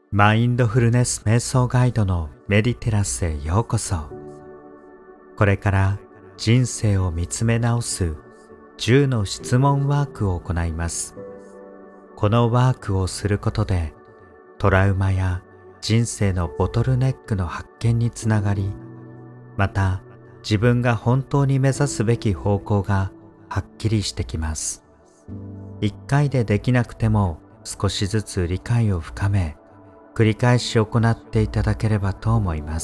マインドフルネス瞑想ガイドのメディテラスへようこそ。これから人生を見つめ直す10の質問ワークを行います。このワークをすることでトラウマや人生のボトルネックの発見につながり、また自分が本当に目指すべき方向がはっきりしてきます。一回でできなくても少しずつ理解を深め、繰り返し行っていただければと思います。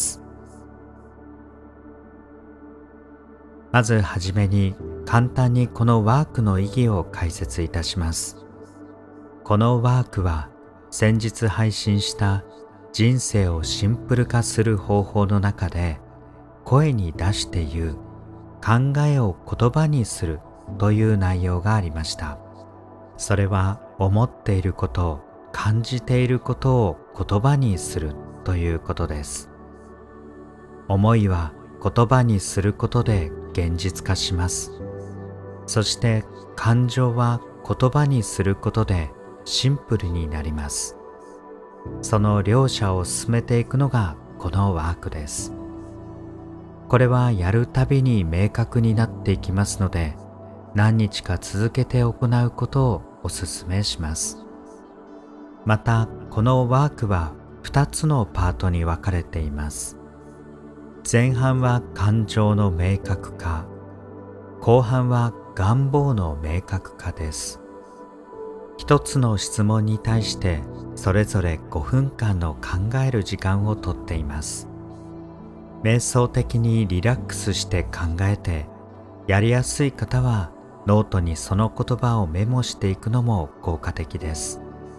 まずはじめに簡単にこのワークの意義を解説いたします。このワークは先日配信した人生をシンプル化する方法の中で、声に出して言う、考えを言葉にするという内容がありました。それは思っていることを、感じていることを言葉にするということです。思いは言葉にすることで現実化します。そして感情は言葉にすることでシンプルになります。その両者を進めていくのがこのワークです。これはやるたびに明確になっていきますので、何日か続けて行うことをお勧めします。またこのワークは2つのパートに分かれています。前半は感情の明確化、後半は願望の明確化です。一つの質問に対してそれぞれ5分間の考える時間をとっています。瞑想的にリラックスして考えて、やりやすい方はノートにその言葉をメモしていくのも効果的です。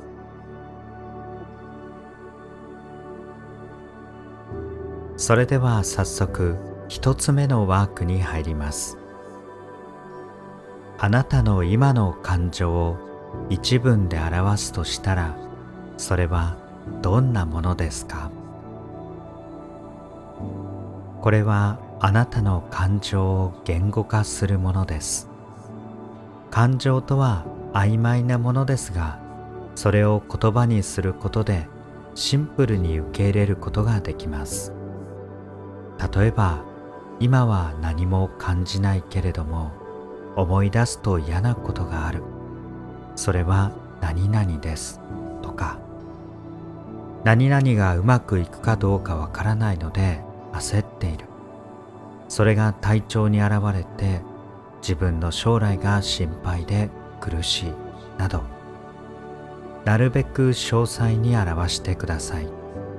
それでは早速一つ目のワークに入ります。あなたの今の感情を一文で表すとしたら、それはどんなものですか？これはあなたの感情を言語化するものです。感情とは曖昧なものですが、それを言葉にすることでシンプルに受け入れることができます。例えば、今は何も感じないけれども、思い出すと嫌なことがある。それは何々です。とか、何々がうまくいくかどうかわからないので焦っている。それが体調に現れて、自分の将来が心配で苦しい。など、なるべく詳細に表してください。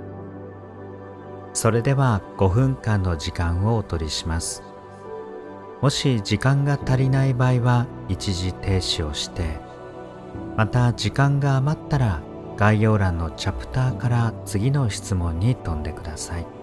それでは5分間の時間をお取りします。もし時間が足りない場合は一時停止をして、また時間が余ったら概要欄のチャプターから次の質問に飛んでください。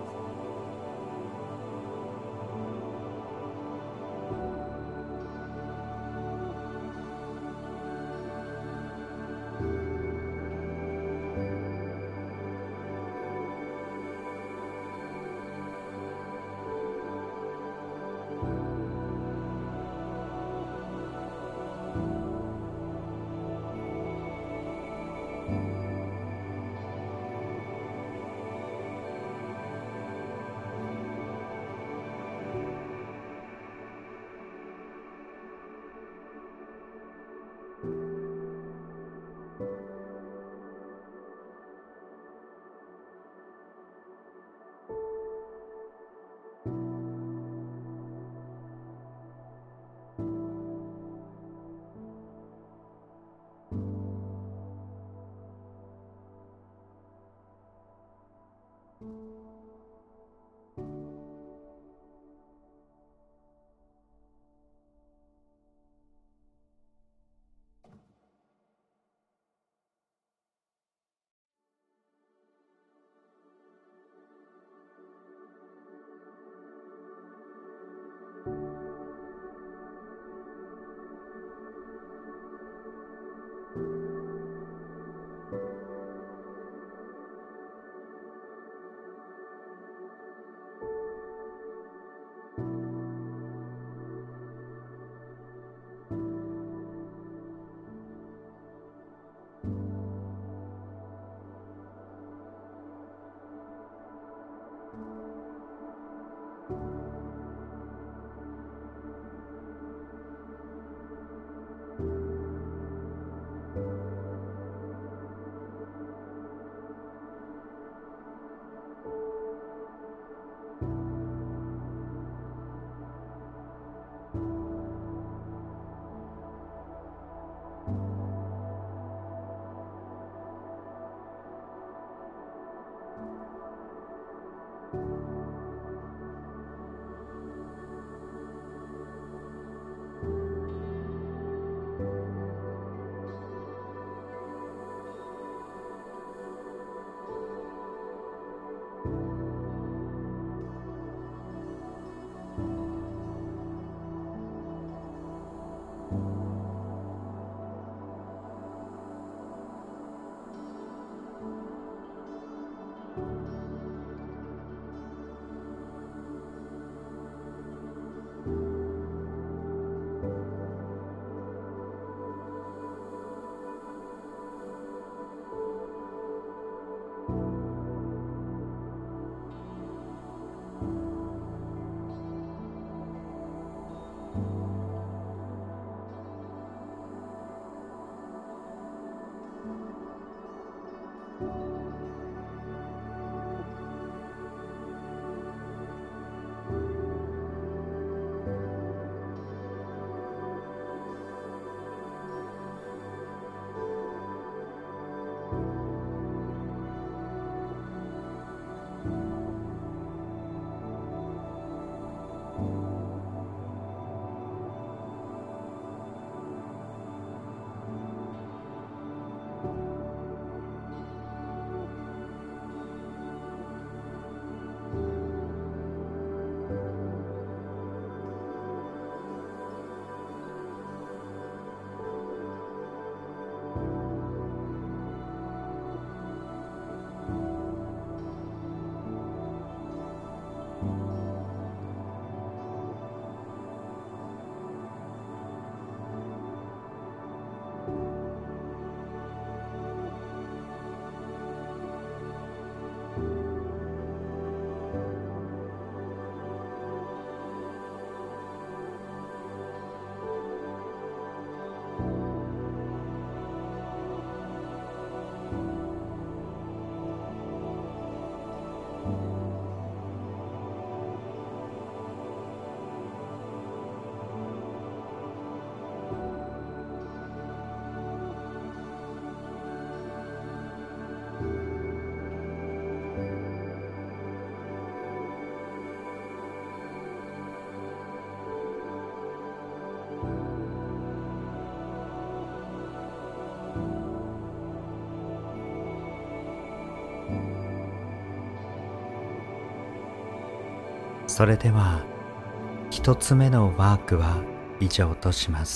それでは一つ目のワークは以上とします。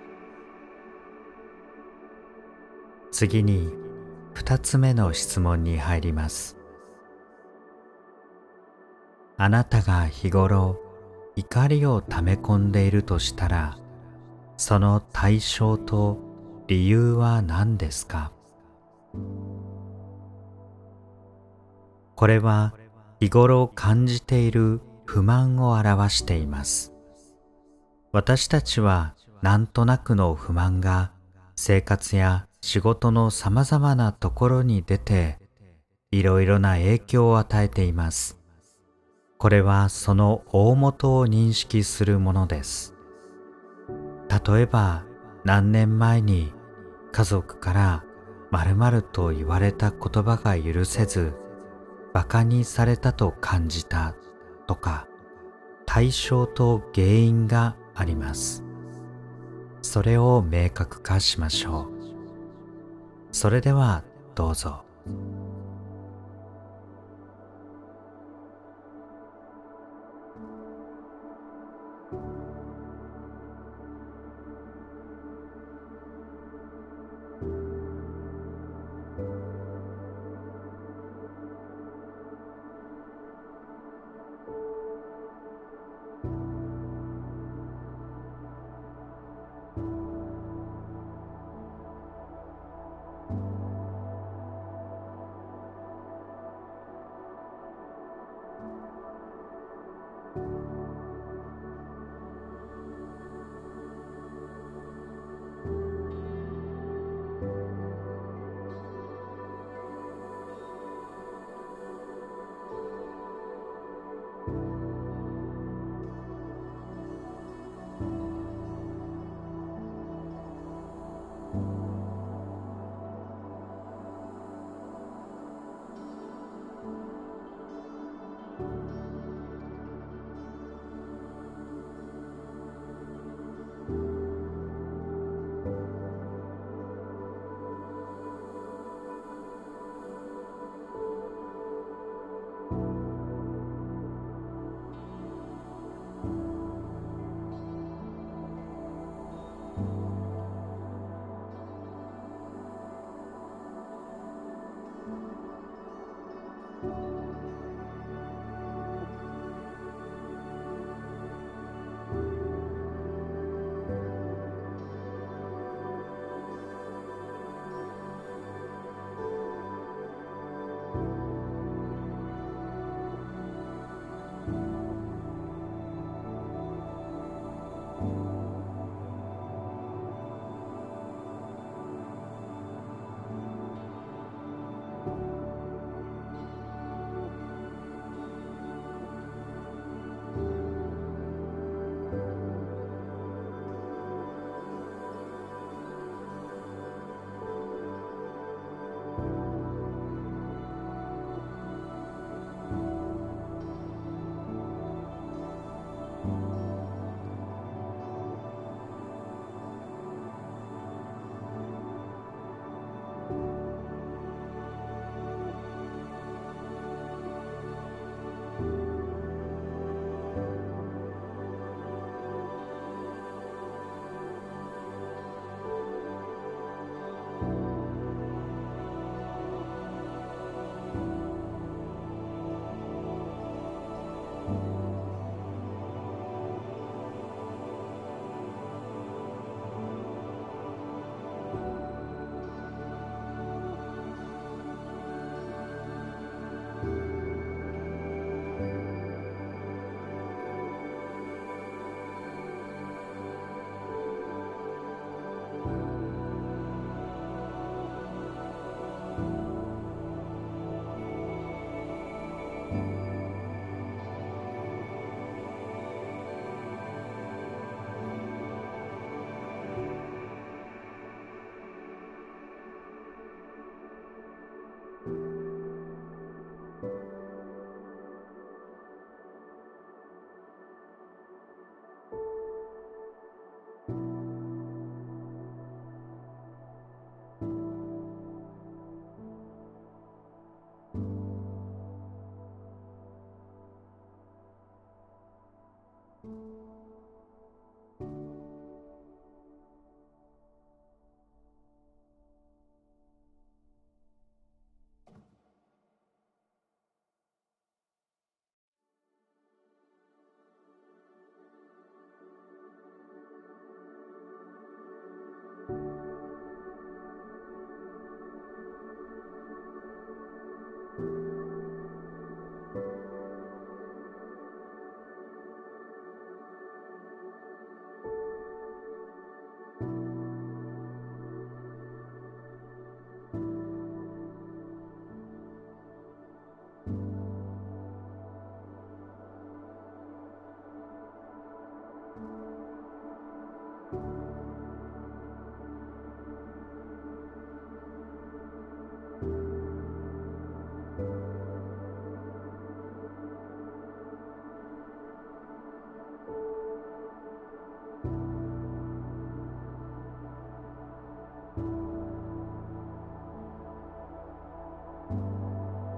次に二つ目の質問に入ります。あなたが日頃怒りを溜め込んでいるとしたら、その対象と理由は何ですか？これは日頃感じている不満を表しています。私たちはなんとなくの不満が生活や仕事のさまざまなところに出て、いろいろな影響を与えています。これはその大元を認識するものです。例えば、何年前に家族から〇〇と言われた言葉が許せず、馬鹿にされたと感じたとか、対象と原因があります。それを明確化しましょう。それではどうぞ。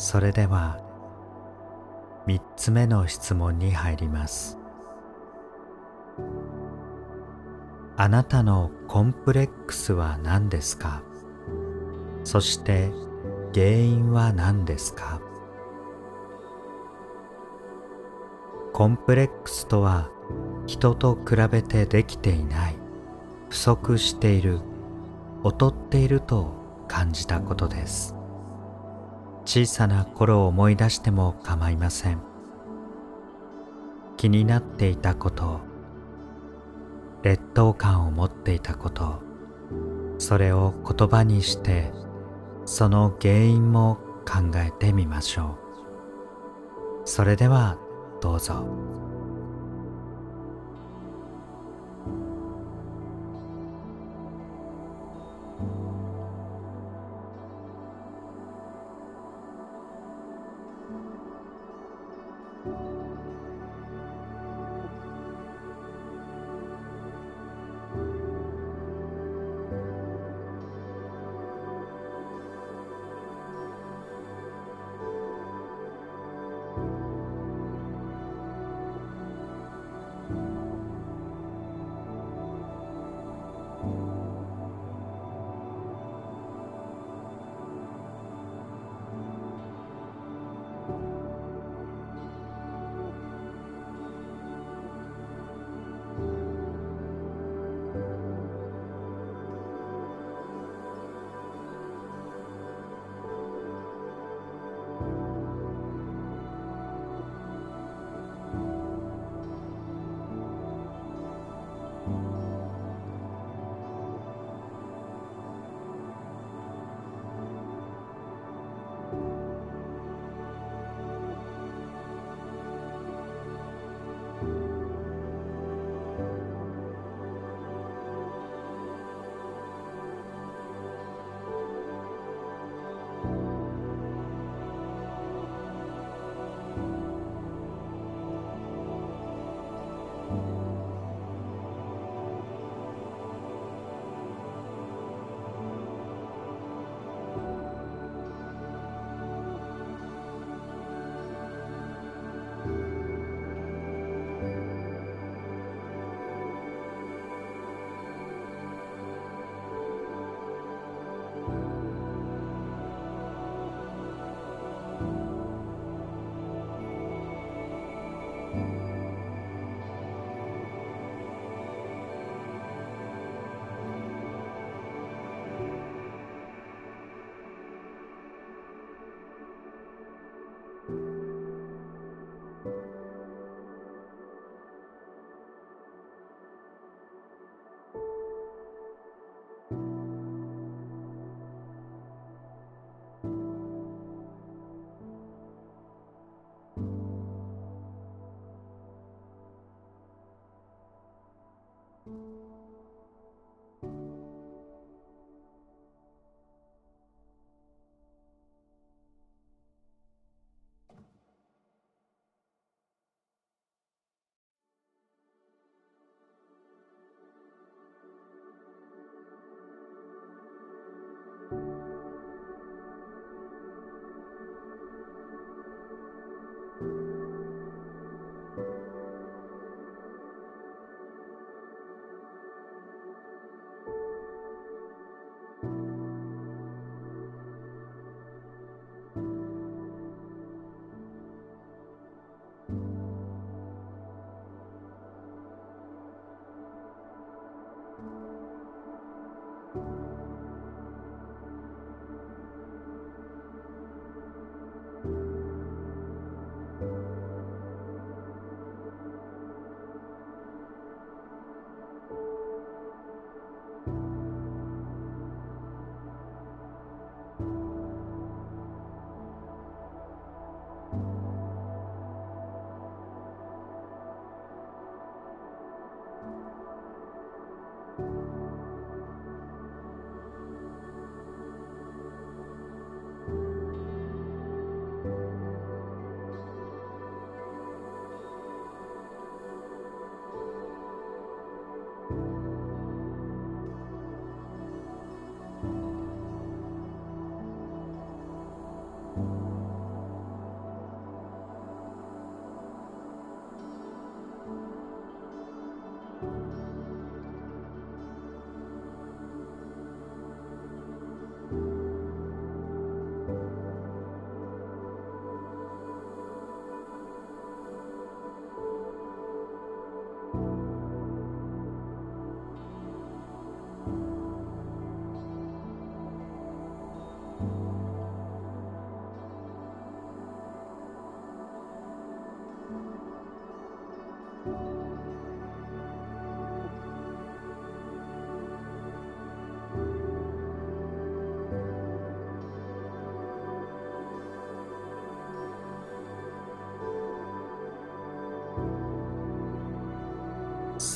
それでは3つ目の質問に入ります。あなたのコンプレックスは何ですか？そして原因は何ですか？コンプレックスとは、人と比べてできていない、不足している、劣っていると感じたことです。小さな頃を思い出しても構いません。気になっていたこと、劣等感を持っていたこと、それを言葉にして、その原因も考えてみましょう。それではどうぞ。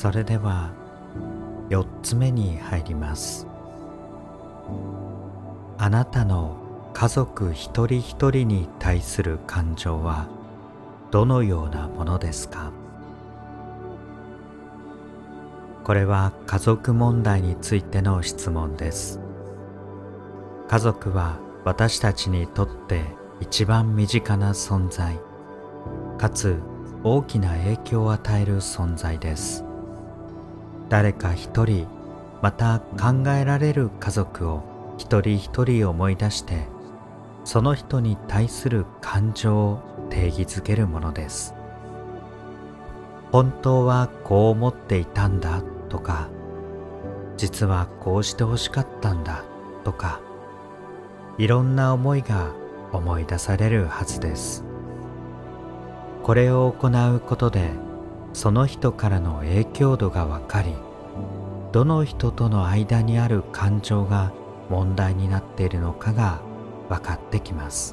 それでは4つ目に入ります。あなたの家族一人一人に対する感情はどのようなものですか？これは家族問題についての質問です。家族は私たちにとって一番身近な存在、かつ大きな影響を与える存在です。誰か一人、また考えられる家族を一人一人思い出して、その人に対する感情を定義づけるものです。本当はこう思っていたんだとか、実はこうしてほしかったんだとか、いろんな思いが思い出されるはずです。これを行うことで、その人からの影響度がわかり、どの人との間にある感情が問題になっているのかが分かってきます。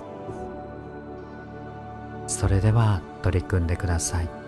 それでは取り組んでください。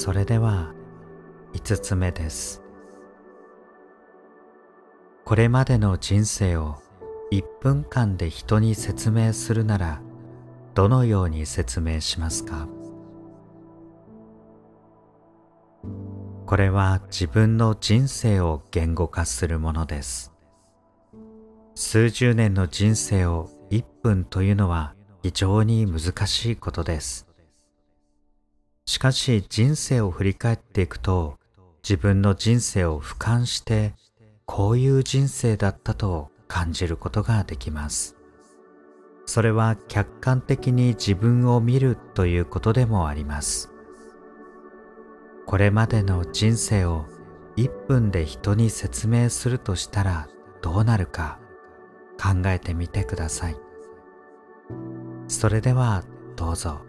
それでは5つ目です。これまでの人生を1分間で人に説明するなら、どのように説明しますか？これは自分の人生を言語化するものです。数十年の人生を1分というのは非常に難しいことです。しかし人生を振り返っていくと、自分の人生を俯瞰して、こういう人生だったと感じることができます。それは客観的に自分を見るということでもあります。これまでの人生を1分で人に説明するとしたらどうなるか考えてみてください。それではどうぞ。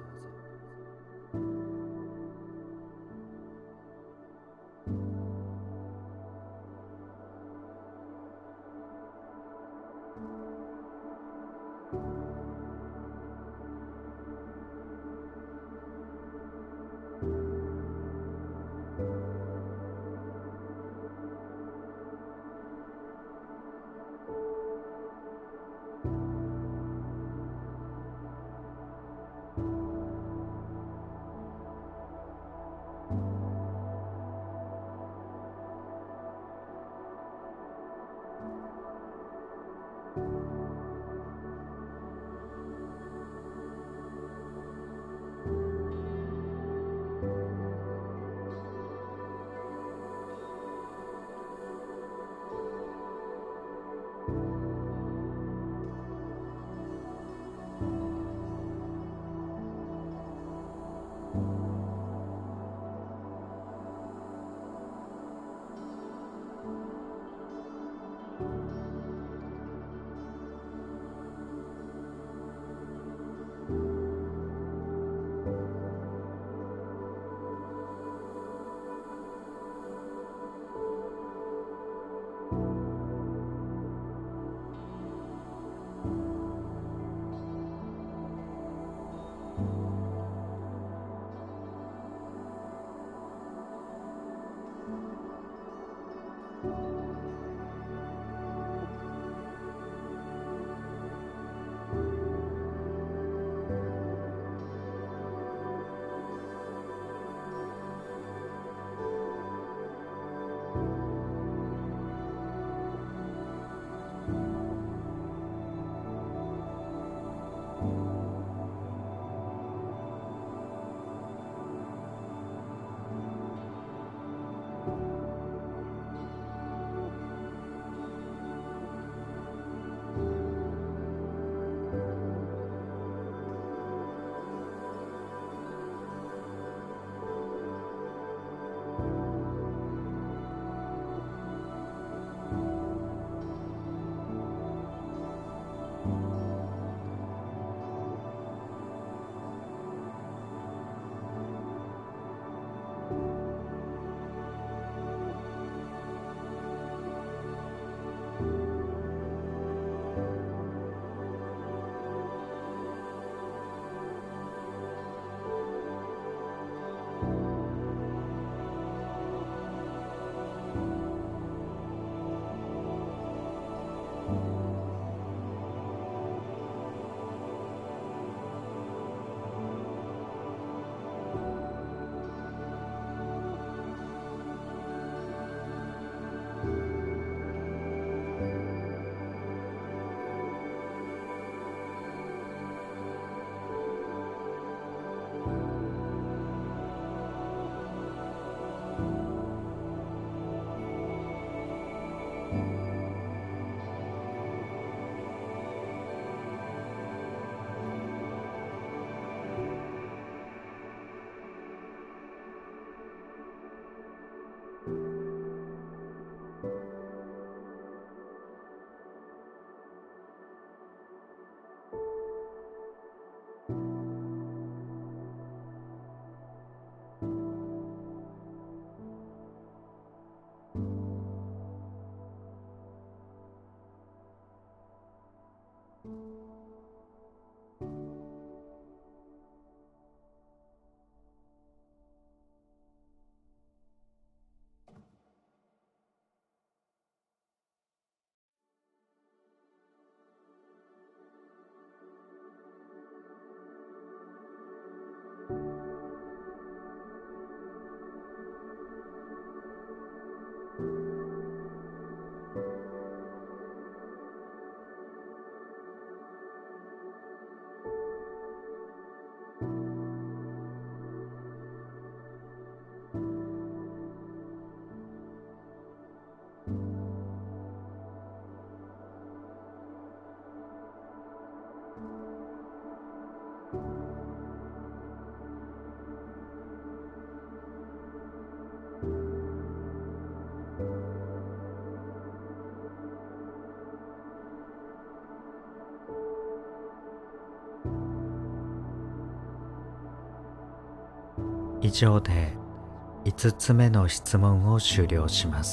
以上で5つ目の質問を終了します。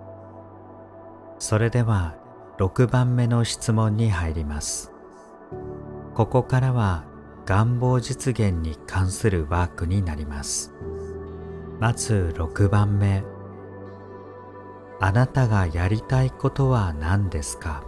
それでは6番目の質問に入ります。ここからは願望実現に関するワークになります。まず6番目。あなたがやりたいことは何ですか？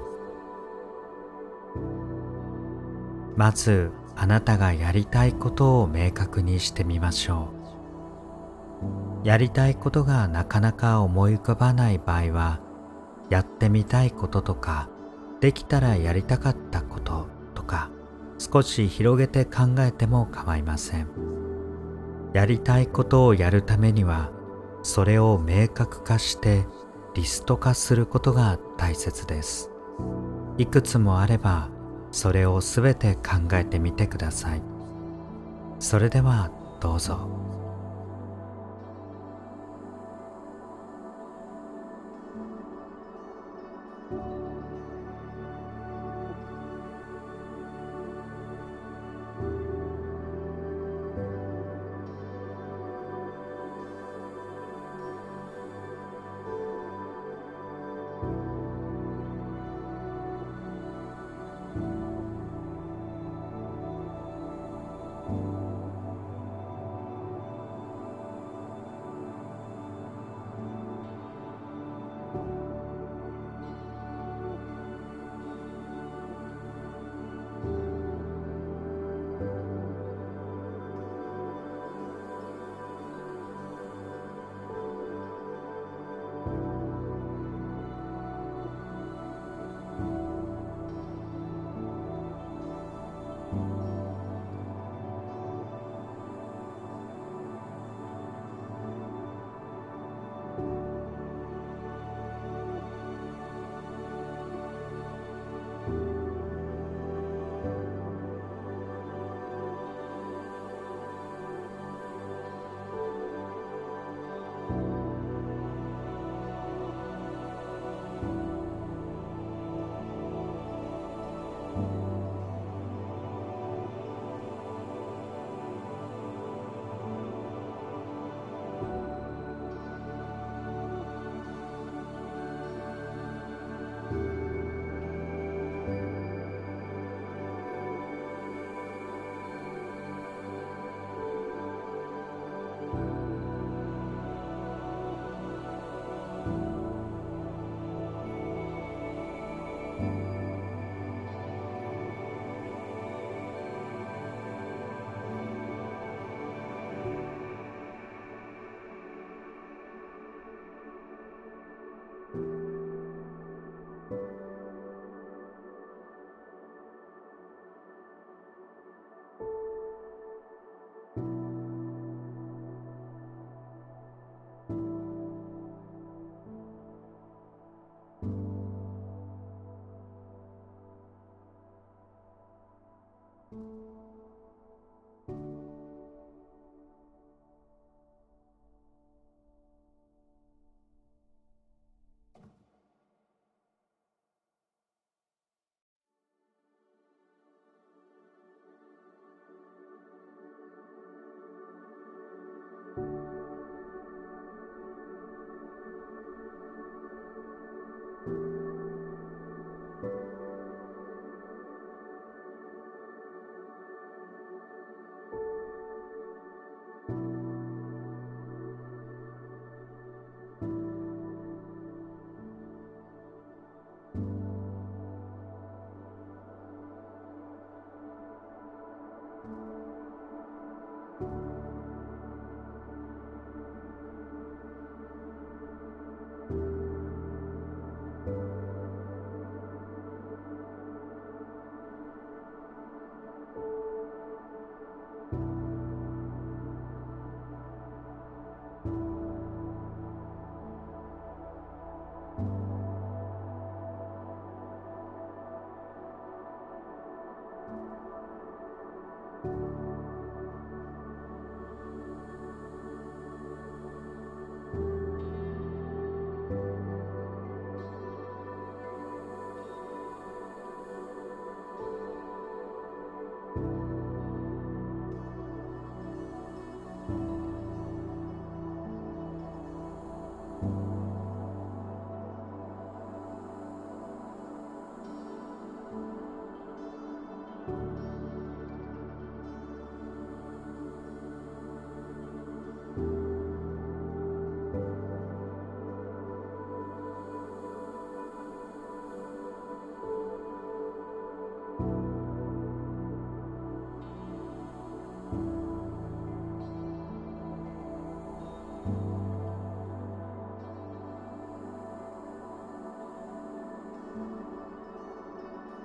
まずあなたがやりたいことを明確にしてみましょう。やりたいことがなかなか思い浮かばない場合は、やってみたいこととか、できたらやりたかったこととか、少し広げて考えても構いません。やりたいことをやるためには、それを明確化してリスト化することが大切です。いくつもあれば、それをすべて考えてみてください。それではどうぞ。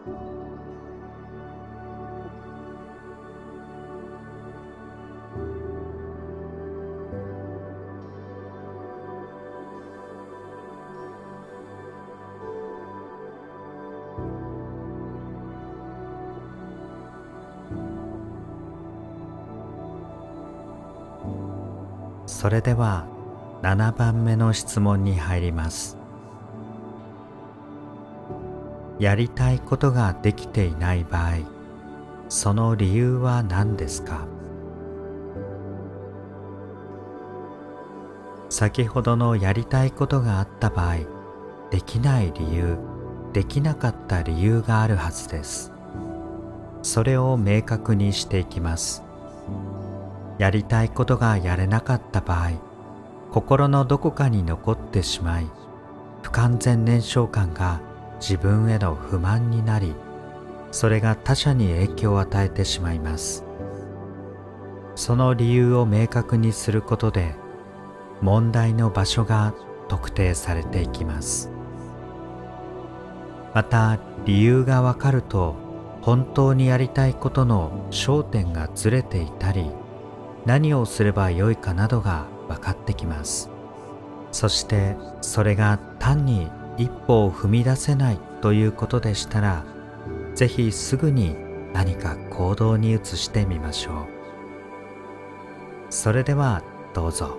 それでは7番目の質問に入ります。やりたいことができていない場合、その理由は何ですか？先ほどのやりたいことがあった場合、できない理由、できなかった理由があるはずです。それを明確にしていきます。やりたいことがやれなかった場合、心のどこかに残ってしまい、不完全燃焼感が自分への不満になり、それが他者に影響を与えてしまいます。その理由を明確にすることで、問題の場所が特定されていきます。また、理由がわかると、本当にやりたいことの焦点がずれていたり、何をすればよいかなどが分かってきます。そしてそれが単に一歩を踏み出せないということでしたら、ぜひすぐに何か行動に移してみましょう。それではどうぞ。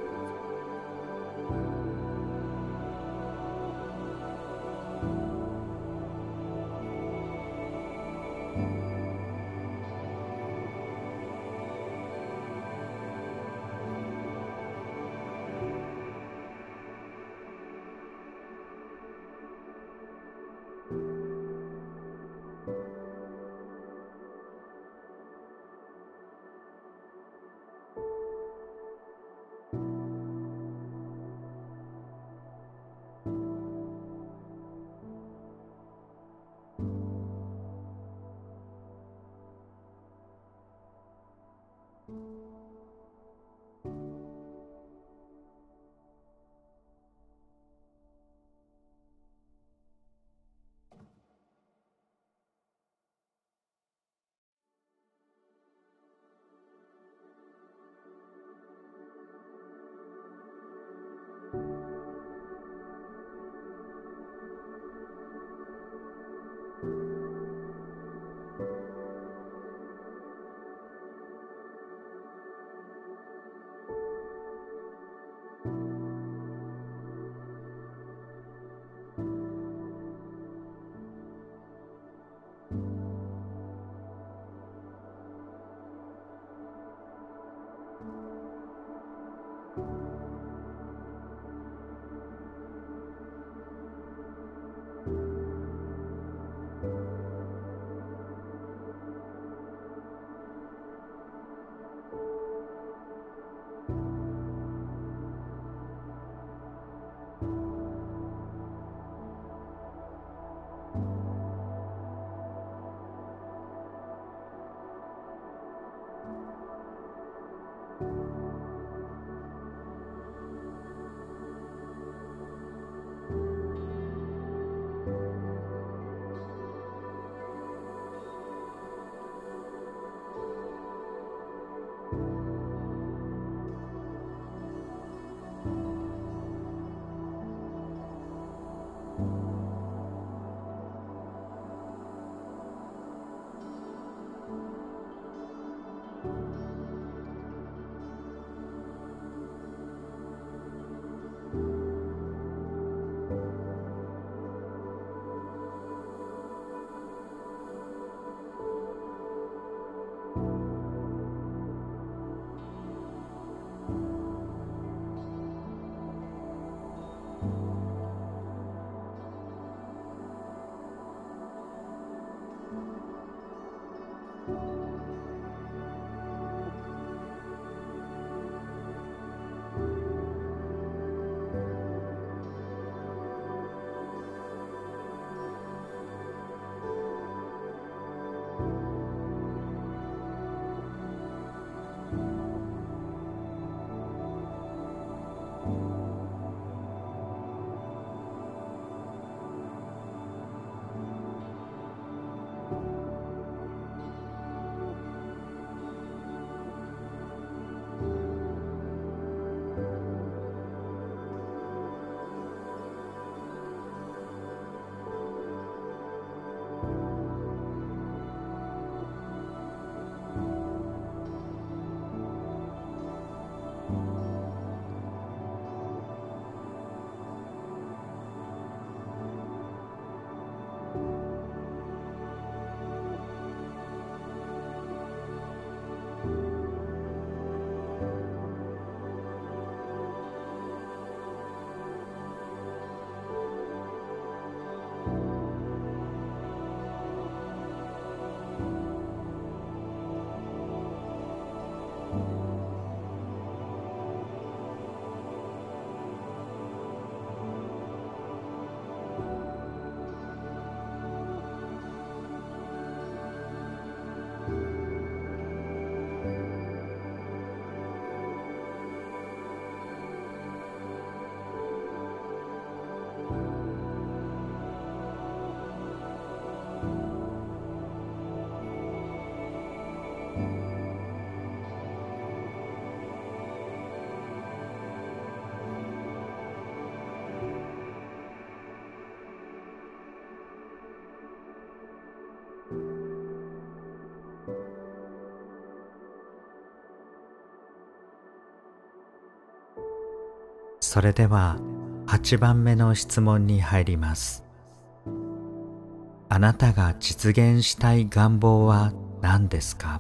それでは8番目の質問に入ります。あなたが実現したい願望は何ですか？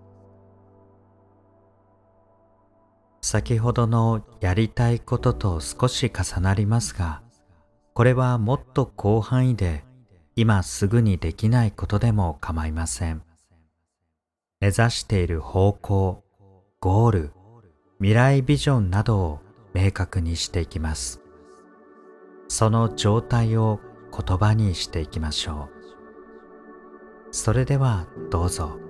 先ほどのやりたいことと少し重なりますが、これはもっと広範囲で今すぐにできないことでも構いません。目指している方向、ゴール、未来ビジョンなどを明確にしていきます。その状態を言葉にしていきましょう。それではどうぞ。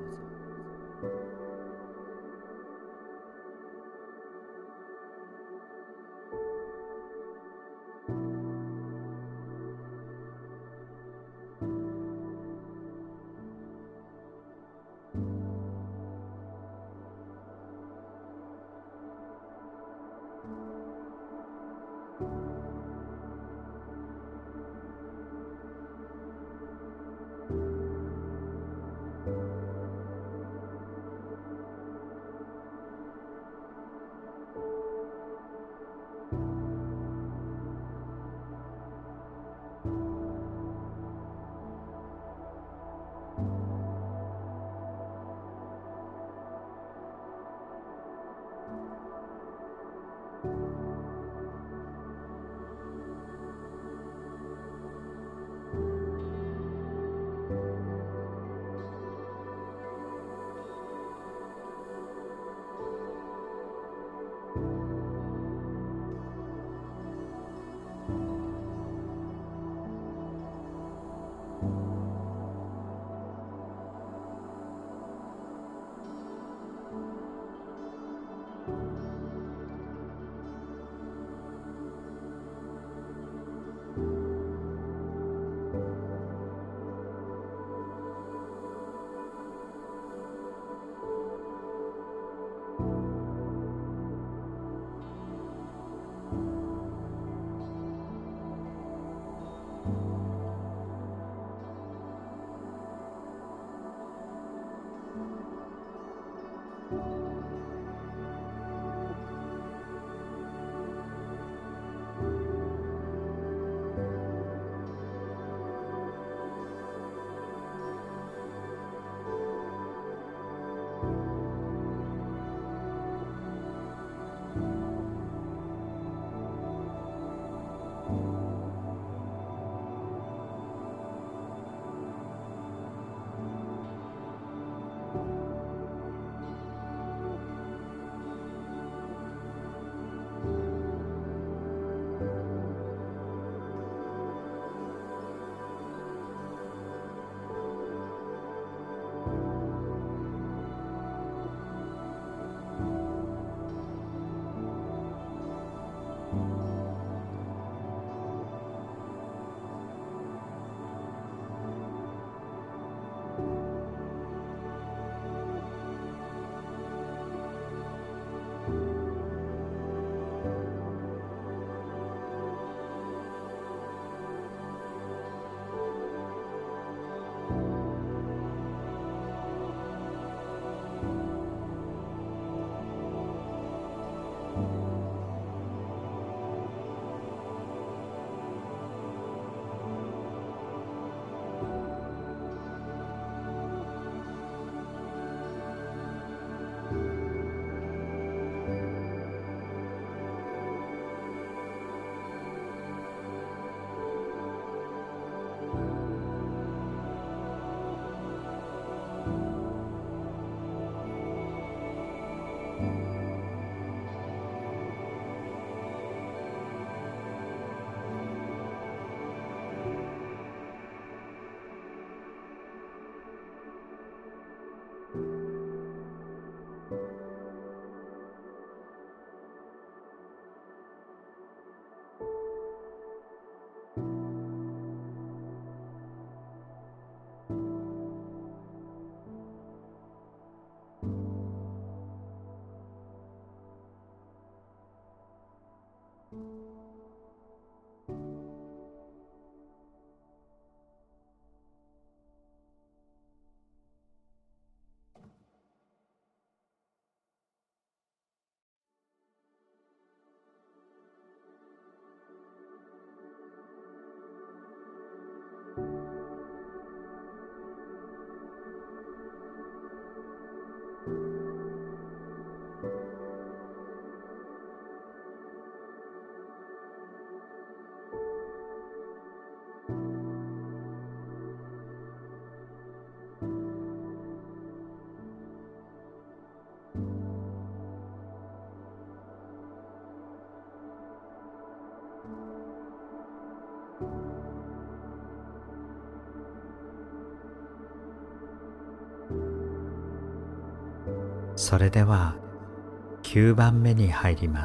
それでは9番目に入ります。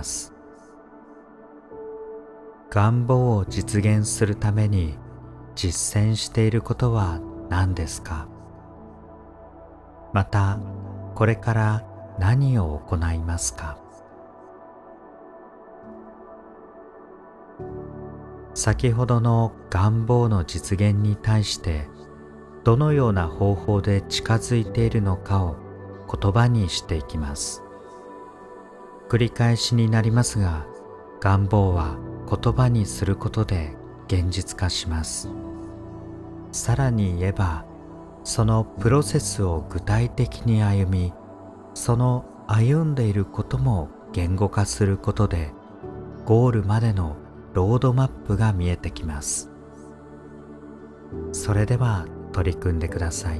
願望を実現するために実践していることは何ですか？また、これから何を行いますか？先ほどの願望の実現に対してどのような方法で近づいているのかを言葉にしていきます。繰り返しになりますが、願望は言葉にすることで現実化します。さらに言えば、そのプロセスを具体的に歩み、その歩んでいることも言語化することで、ゴールまでのロードマップが見えてきます。それでは取り組んでください。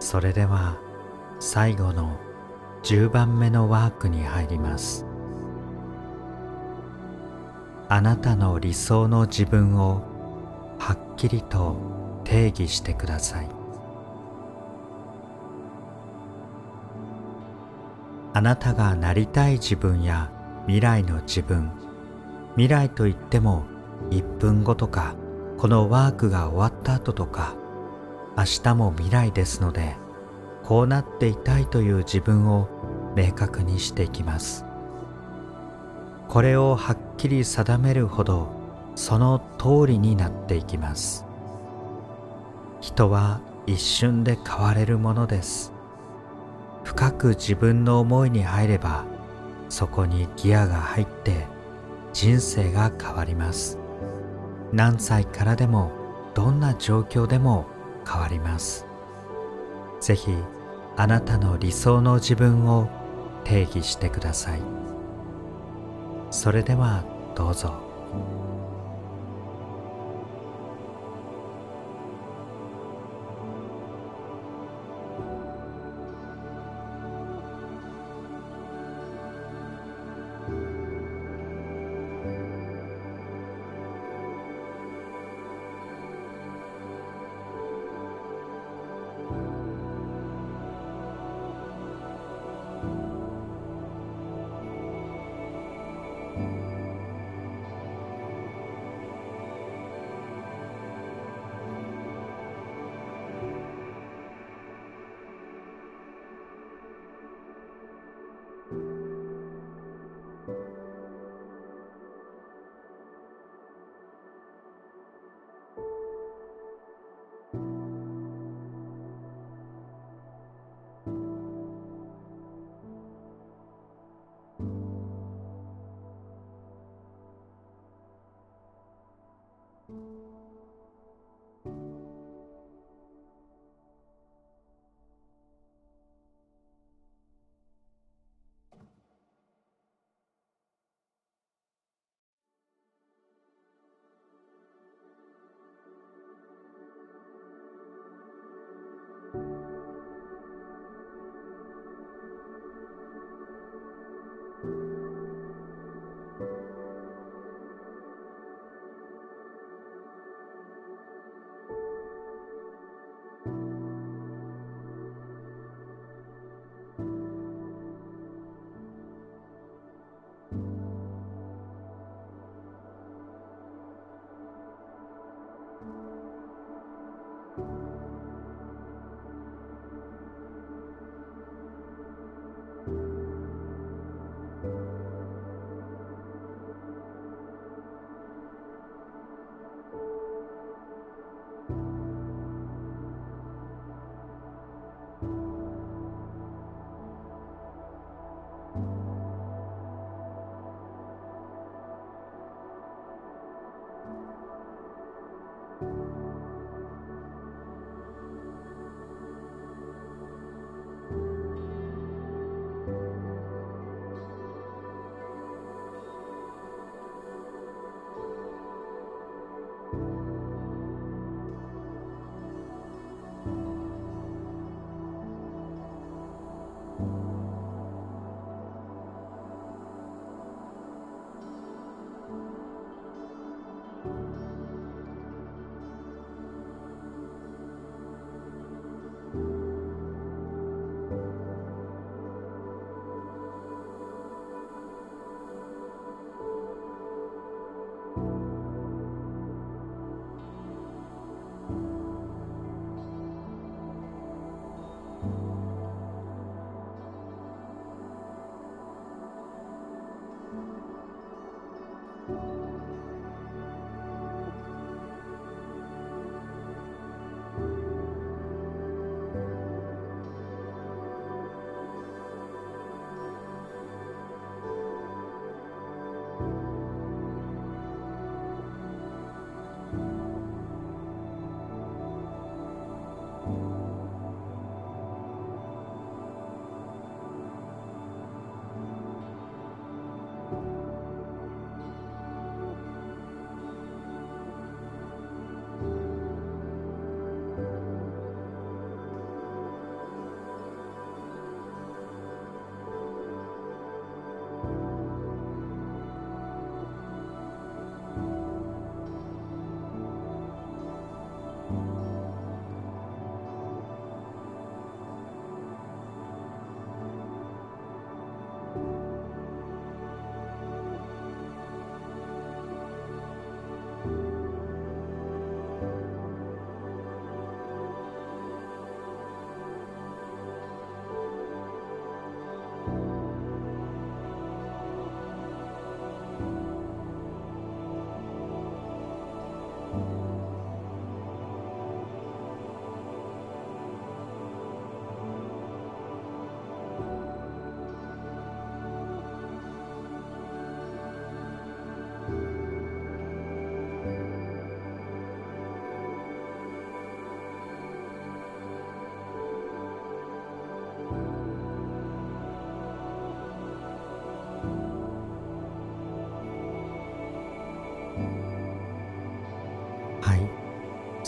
それでは最後の10番目のワークに入ります。あなたの理想の自分をはっきりと定義してください。あなたがなりたい自分や未来の自分、未来といっても1分後とか、このワークが終わった後とか、明日も未来ですので、こうなっていたいという自分を明確にしていきます。これをはっきり定めるほど、その通りになっていきます。人は一瞬で変われるものです。深く自分の思いに入れば、そこにギアが入って人生が変わります。何歳からでもどんな状況でも変わります。ぜひあなたの理想の自分を定義してください。それではどうぞ。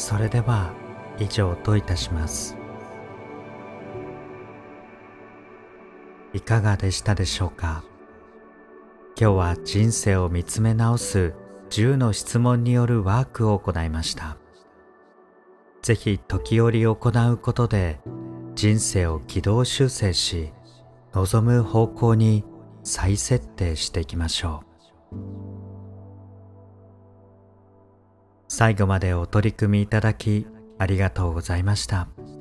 それでは以上といたします。いかがでしたでしょうか。今日は人生を見つめ直す10の質問によるワークを行いました。ぜひ時折行うことで人生を軌道修正し、望む方向に再設定していきましょう。最後までお取り組みいただきありがとうございました。